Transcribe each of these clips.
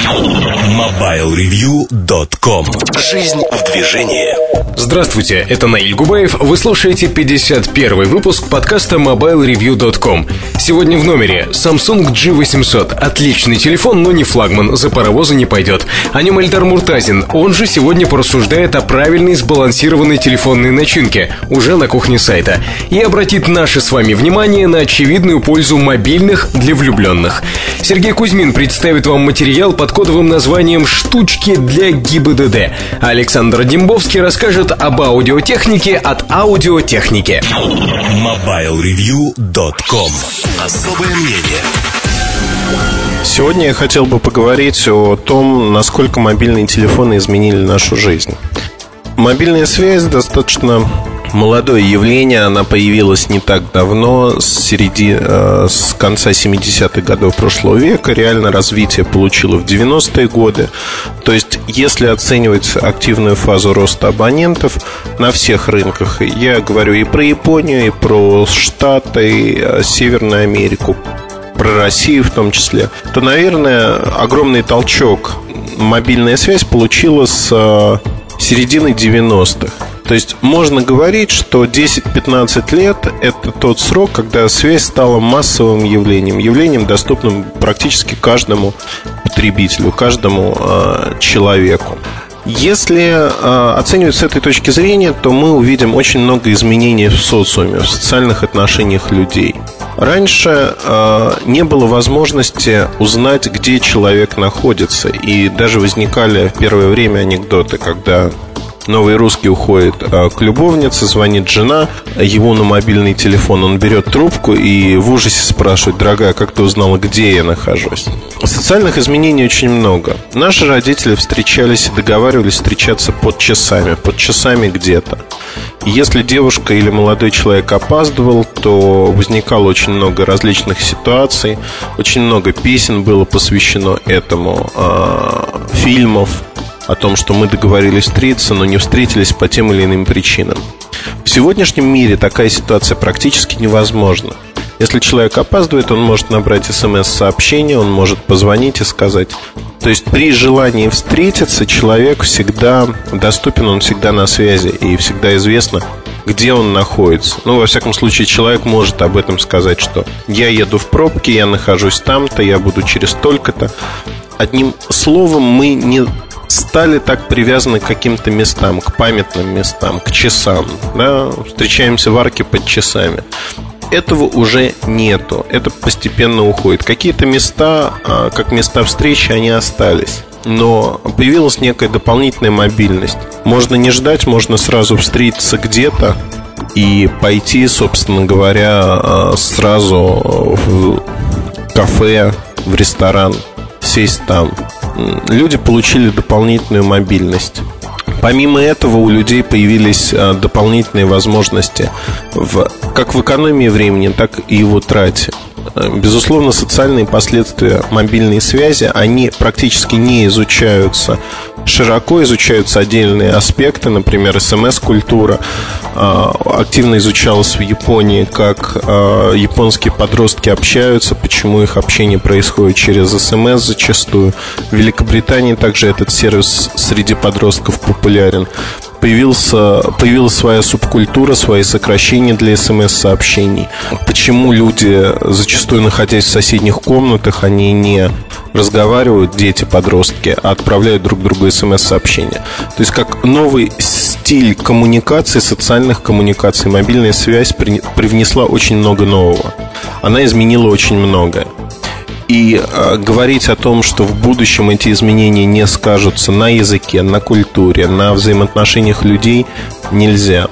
MobileReview.com. Жизнь в движении. Здравствуйте, это Наиль Губаев. Вы слушаете 51-й выпуск подкаста MobileReview.com. Сегодня в номере Samsung G800. Отличный телефон, но не флагман, за паровозы не пойдет. О нем Эльдар Муртазин. Он же сегодня порассуждает о правильной сбалансированной телефонной начинке уже на кухне сайта. И обратит наше с вами внимание на очевидную пользу мобильных для влюбленных. Сергей Кузьмин представит вам материал под кодовым названием «Штучки для ГИБДД». А Александр Дембовский расскажет об аудиотехнике от аудиотехники. MobileReview.com. Особое мнение. Сегодня я хотел бы поговорить о том, насколько мобильные телефоны изменили нашу жизнь. Мобильная связь достаточно молодое явление, она появилась не так давно, с конца 70-х годов прошлого века. Реально развитие получило в 90-е годы. То есть, если оценивать активную фазу роста абонентов на всех рынках, я говорю и про Японию, и про Штаты, и Северную Америку, про Россию в том числе, то, наверное, огромный толчок мобильная связь получила с середины 90-х. То есть можно говорить, что 10-15 лет – это тот срок, когда связь стала массовым явлением, доступным практически каждому потребителю, каждому человеку. Если оценивать с этой точки зрения, то мы увидим очень много изменений в социуме, в социальных отношениях людей. Раньше не было возможности узнать, где человек находится. И даже возникали в первое время анекдоты, когда новый русский уходит к любовнице, звонит жена его на мобильный телефон, он берет трубку и в ужасе спрашивает: дорогая, как ты узнала, где я нахожусь? Социальных изменений очень много. Наши родители встречались и договаривались встречаться под часами где-то. И если девушка или молодой человек опаздывал, то возникало очень много различных ситуаций, очень много песен было посвящено этому, фильмов о том, что мы договорились встретиться, но не встретились по тем или иным причинам. В сегодняшнем мире такая ситуация практически невозможна. Если человек опаздывает, он может набрать смс-сообщение, он может позвонить и сказать. То есть при желании встретиться человек всегда доступен, он всегда на связи, и всегда известно, где он находится. Ну, во всяком случае, человек может об этом сказать, что я еду в пробке, я нахожусь там-то, я буду через столько-то. Одним словом, мы не стали так привязаны к каким-то местам, к памятным местам, к часам, да? Встречаемся в арке под часами. Этого уже нету, это постепенно уходит. Какие-то места, как места встречи, они остались, но появилась некая дополнительная мобильность. Можно не ждать, можно сразу встретиться где-то и пойти, собственно говоря, сразу в кафе, в ресторан, сесть там. Люди получили дополнительную мобильность. Помимо этого, у людей появились дополнительные возможности как в экономии времени, так и в утрате. Безусловно, социальные последствия мобильной связи, они практически не изучаются широко, изучаются отдельные аспекты, например, СМС-культура. Активно изучалось в Японии, как японские подростки общаются, почему их общение происходит через СМС зачастую. В Великобритании также этот сервис среди подростков популярен. Появилась своя субкультура, свои сокращения для СМС-сообщений. Почему люди, зачастую находясь в соседних комнатах, они не разговаривают, дети-подростки, а отправляют друг другу СМС-сообщения. То есть как новый стиль коммуникации, социальных коммуникаций, мобильная связь привнесла очень много нового. Она изменила очень многое. И говорить о том, что в будущем эти изменения не скажутся на языке, на культуре, на взаимоотношениях людей, нельзя.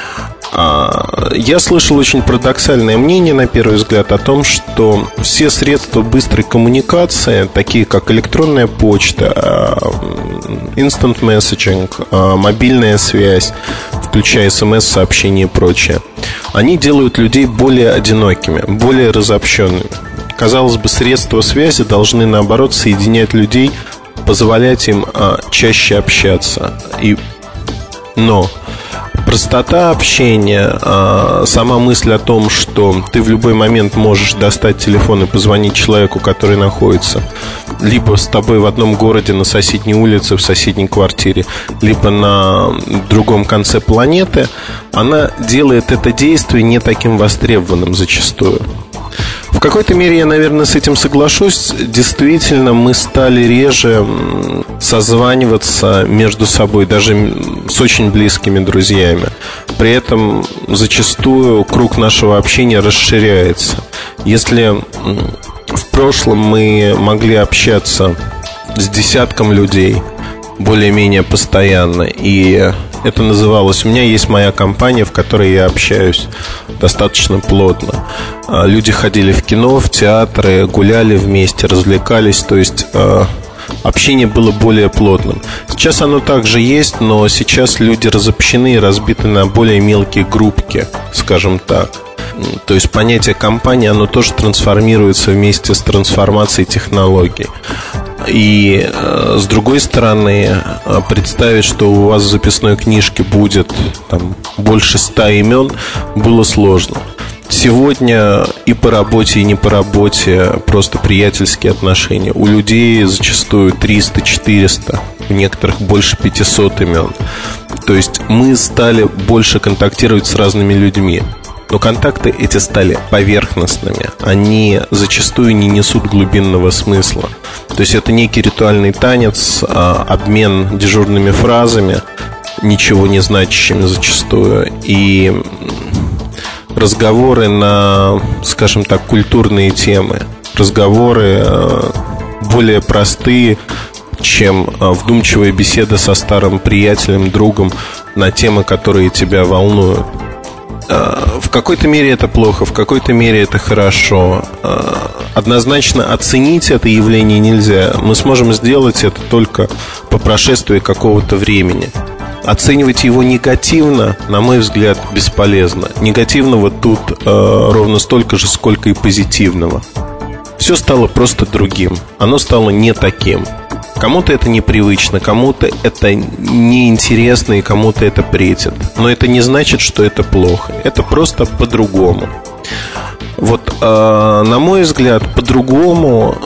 Я слышал очень парадоксальное мнение, на первый взгляд, о том, что все средства быстрой коммуникации, такие как электронная почта, instant messaging, мобильная связь, включая смс-сообщения и прочее, они делают людей более одинокими, более разобщенными. Казалось бы, средства связи должны, наоборот, соединять людей, позволять им чаще общаться. Но простота общения, сама мысль о том, что ты в любой момент можешь достать телефон и позвонить человеку, который находится либо с тобой в одном городе, на соседней улице, в соседней квартире, либо на другом конце планеты, она делает это действие не таким востребованным зачастую. В какой-то мере я, наверное, с этим соглашусь. Действительно, мы стали реже созваниваться между собой, даже с очень близкими друзьями. При этом зачастую круг нашего общения расширяется. Если в прошлом мы могли общаться с десятком людей более-менее постоянно, и это называлось «У меня есть моя компания, в которой я общаюсь достаточно плотно». Люди ходили в кино, в театры, гуляли вместе, развлекались. То есть общение было более плотным. Сейчас оно также есть, но сейчас люди разобщены и разбиты на более мелкие группки, скажем так. То есть понятие компании, оно тоже трансформируется вместе с трансформацией технологий. И с другой стороны, представить, что у вас в записной книжке будет там больше 100 имен, было сложно. Сегодня и по работе, и не по работе просто приятельские отношения. У людей зачастую 300-400, у некоторых больше 500 имен. То есть мы стали больше контактировать с разными людьми. Но контакты эти стали поверхностными. Они зачастую не несут глубинного смысла. То есть это некий ритуальный танец, обмен дежурными фразами, ничего не значащими зачастую. И разговоры на, скажем так, культурные темы. Разговоры более простые, чем вдумчивая беседа со старым приятелем, другом на темы, которые тебя волнуют. В какой-то мере это плохо, в какой-то мере это хорошо. Однозначно оценить это явление нельзя. Мы сможем сделать это только по прошествии какого-то времени. Оценивать его негативно, на мой взгляд, бесполезно. Негативного тут ровно столько же, сколько и позитивного. Все стало просто другим. Оно стало не таким. Кому-то это непривычно, кому-то это неинтересно и кому-то это претит. Но это не значит, что это плохо. Это просто по-другому. Вот, на мой взгляд, по-другому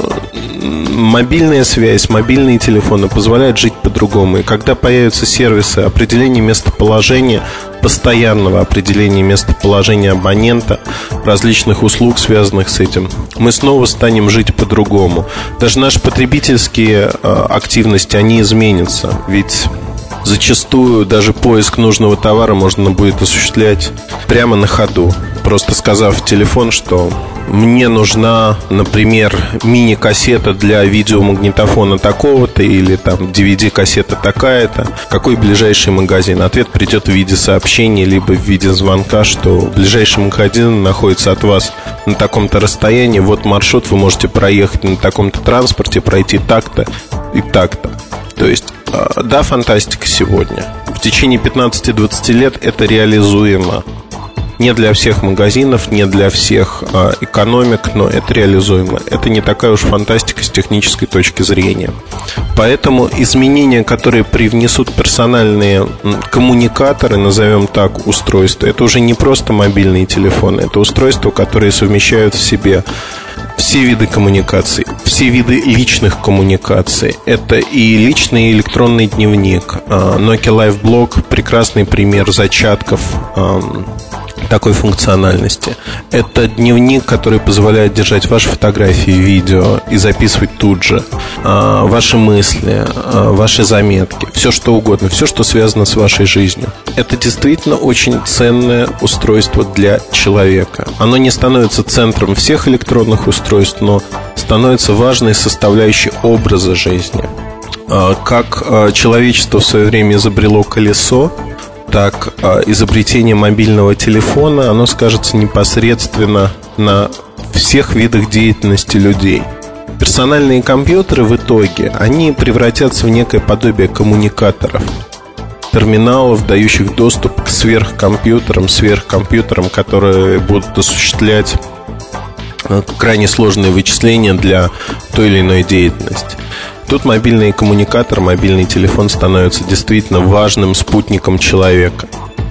мобильная связь, мобильные телефоны позволяют жить по-другому. И когда появятся сервисы определения местоположения, постоянного определения местоположения абонента, различных услуг, связанных с этим, мы снова станем жить по-другому. Даже наши потребительские активности, они изменятся. Ведь зачастую даже поиск нужного товара можно будет осуществлять прямо на ходу, просто сказав в телефон, что мне нужна, например, мини-кассета для видеомагнитофона такого-то, или там DVD-кассета такая-то. Какой ближайший магазин? Ответ придет в виде сообщения, либо в виде звонка, что ближайший магазин находится от вас на таком-то расстоянии. Вот маршрут, вы можете проехать на таком-то транспорте, пройти так-то и так-то. То есть, да, фантастика сегодня. В течение 15-20 лет это реализуемо. Не для всех магазинов, не для всех экономик, но это реализуемо. Это не такая уж фантастика с технической точки зрения. Поэтому изменения, которые привнесут персональные коммуникаторы, назовем так, устройства, это уже не просто мобильные телефоны. Это устройства, которые совмещают в себе все виды коммуникаций, все виды личных коммуникаций. Это и личный электронный дневник. Nokia Life Blog – прекрасный пример зачатков такой функциональности. Это дневник, который позволяет держать ваши фотографии, видео и записывать тут же ваши мысли, ваши заметки, все что угодно, все, что связано с вашей жизнью. Это действительно очень ценное устройство для человека. Оно не становится центром всех электронных устройств, но становится важной составляющей образа жизни. Как человечество в свое время изобрело колесо, так изобретение мобильного телефона, оно скажется непосредственно на всех видах деятельности людей. Персональные компьютеры в итоге, они превратятся в некое подобие коммуникаторов, терминалов, дающих доступ к сверхкомпьютерам, которые будут осуществлять крайне сложные вычисления для той или иной деятельности. Тут мобильный коммуникатор, мобильный телефон становится действительно важным спутником человека.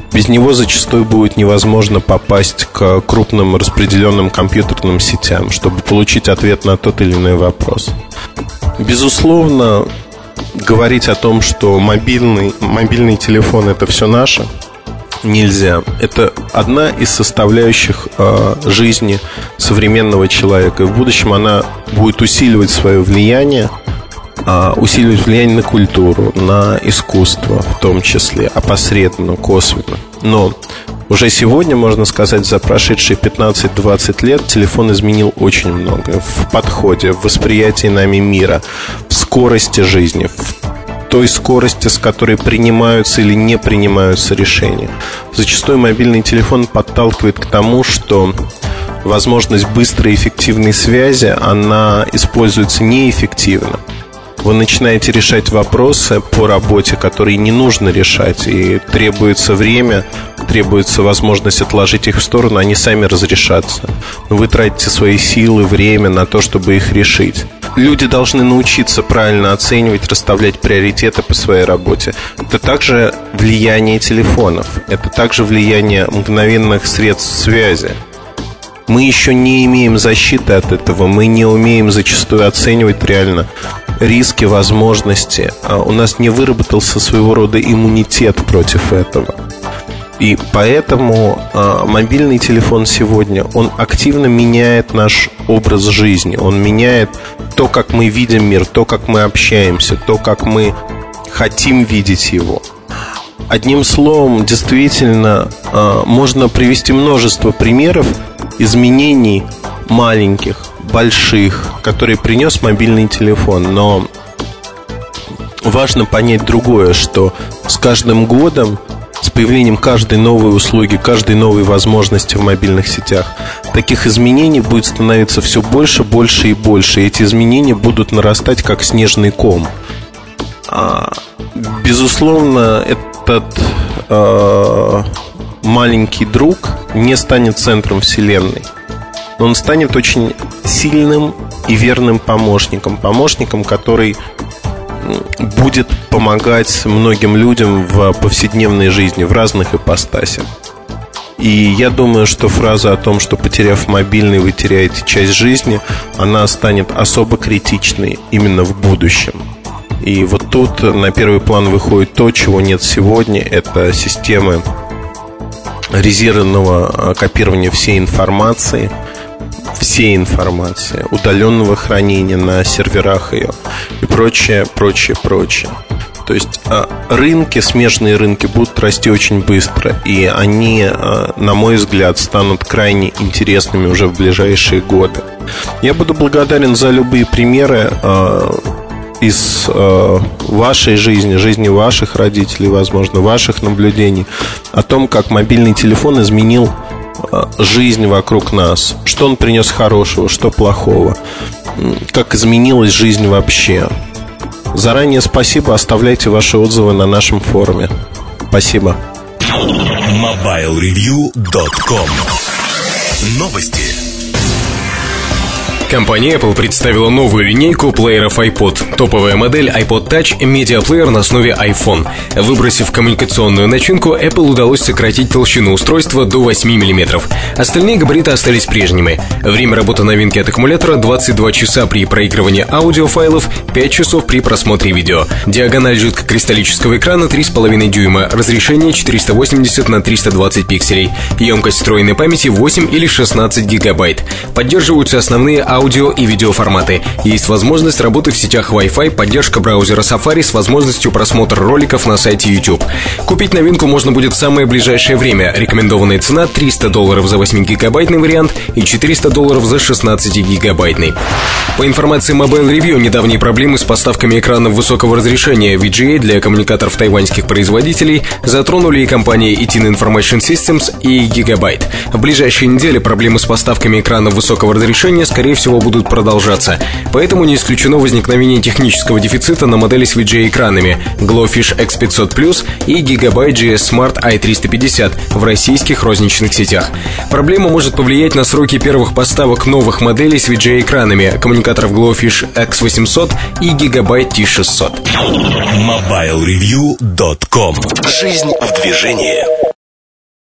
Без него зачастую будет невозможно попасть к крупным распределенным компьютерным сетям, чтобы получить ответ на тот или иной вопрос. Безусловно, говорить о том, что мобильный телефон — это все наше, нельзя. Это одна из составляющих жизни современного человека. И в будущем она будет усиливать свое влияние, усиливать влияние на культуру, на искусство в том числе, опосредованно, косвенно. Но уже сегодня, можно сказать, за прошедшие 15-20 лет телефон изменил очень многое в подходе, в восприятии нами мира, в скорости жизни, в той скорости, с которой принимаются или не принимаются решения. Зачастую мобильный телефон подталкивает к тому, что возможность быстрой и эффективной связи, она используется неэффективно. Вы начинаете решать вопросы по работе, которые не нужно решать, и требуется время, требуется возможность отложить их в сторону, они сами разрешатся. Но вы тратите свои силы, время на то, чтобы их решить. Люди должны научиться правильно оценивать, расставлять приоритеты по своей работе. Это также влияние телефонов, это также влияние мгновенных средств связи. Мы еще не имеем защиты от этого, мы не умеем зачастую оценивать реально риски, возможности. У нас не выработался своего рода иммунитет против этого. И поэтому мобильный телефон сегодня, он активно меняет наш образ жизни. Он меняет то, как мы видим мир, то, как мы общаемся, то, как мы хотим видеть его. Одним словом, действительно, можно привести множество примеров изменений маленьких, больших, которые принес мобильный телефон. Но важно понять другое, что с каждым годом, с появлением каждой новой услуги, каждой новой возможности в мобильных сетях, таких изменений будет становиться все больше, больше и больше. И эти изменения будут нарастать как снежный ком. Безусловно, этот маленький друг не станет центром вселенной. Он станет очень сильным и верным помощником. Помощником, который будет помогать многим людям в повседневной жизни, в разных ипостасях. И я думаю, что фраза о том, что потеряв мобильный, вы теряете часть жизни, она станет особо критичной именно в будущем. И вот тут на первый план выходит то, чего нет сегодня. Это системы резервного копирования всей информации, удаленного хранения на серверах ее и прочее. То есть рынки, смежные рынки будут расти очень быстро, и они, на мой взгляд, станут крайне интересными уже в ближайшие годы. Я буду благодарен за любые примеры из вашей жизни ваших родителей, возможно, ваших наблюдений о том, как мобильный телефон изменил жизнь вокруг нас. Что он принес хорошего, что плохого, как изменилась жизнь вообще. Заранее спасибо, оставляйте ваши отзывы на нашем форуме. Спасибо. MobileReview.com. Новости. Компания Apple представила новую линейку плееров iPod. Топовая модель iPod Touch – медиаплеер на основе iPhone. Выбросив коммуникационную начинку, Apple удалось сократить толщину устройства до 8 мм. Остальные габариты остались прежними. Время работы новинки от аккумулятора – 22 часа при проигрывании аудиофайлов, 5 часов при просмотре видео. Диагональ жидкокристаллического экрана 3,5 дюйма, разрешение 480 на 320 пикселей, емкость встроенной памяти 8 или 16 гигабайт. Поддерживаются основные аудио и видеоформаты. Есть возможность работы в сетях Wi-Fi, поддержка браузера Safari с возможностью просмотра роликов на сайте YouTube. Купить новинку можно будет в самое ближайшее время. Рекомендованная цена $300 за 8-гигабайтный вариант и $400 за 16-гигабайтный. По информации Mobile Review, недавние проблемы с поставками экранов высокого разрешения VGA для коммуникаторов тайваньских производителей затронули и компании Etin Information Systems и Gigabyte. В ближайшие недели проблемы с поставками экранов высокого разрешения, скорее всего, будут продолжаться. Поэтому не исключено возникновение технического дефицита на модели с VGA-экранами Glowfish X500 Plus и Gigabyte GS Smart i350 в российских розничных сетях. Проблема может повлиять на сроки первых поставок новых моделей с VGA-экранами коммуникаторов Glowfish X800 и Gigabyte T600. MobileReview.com. Жизнь в движении.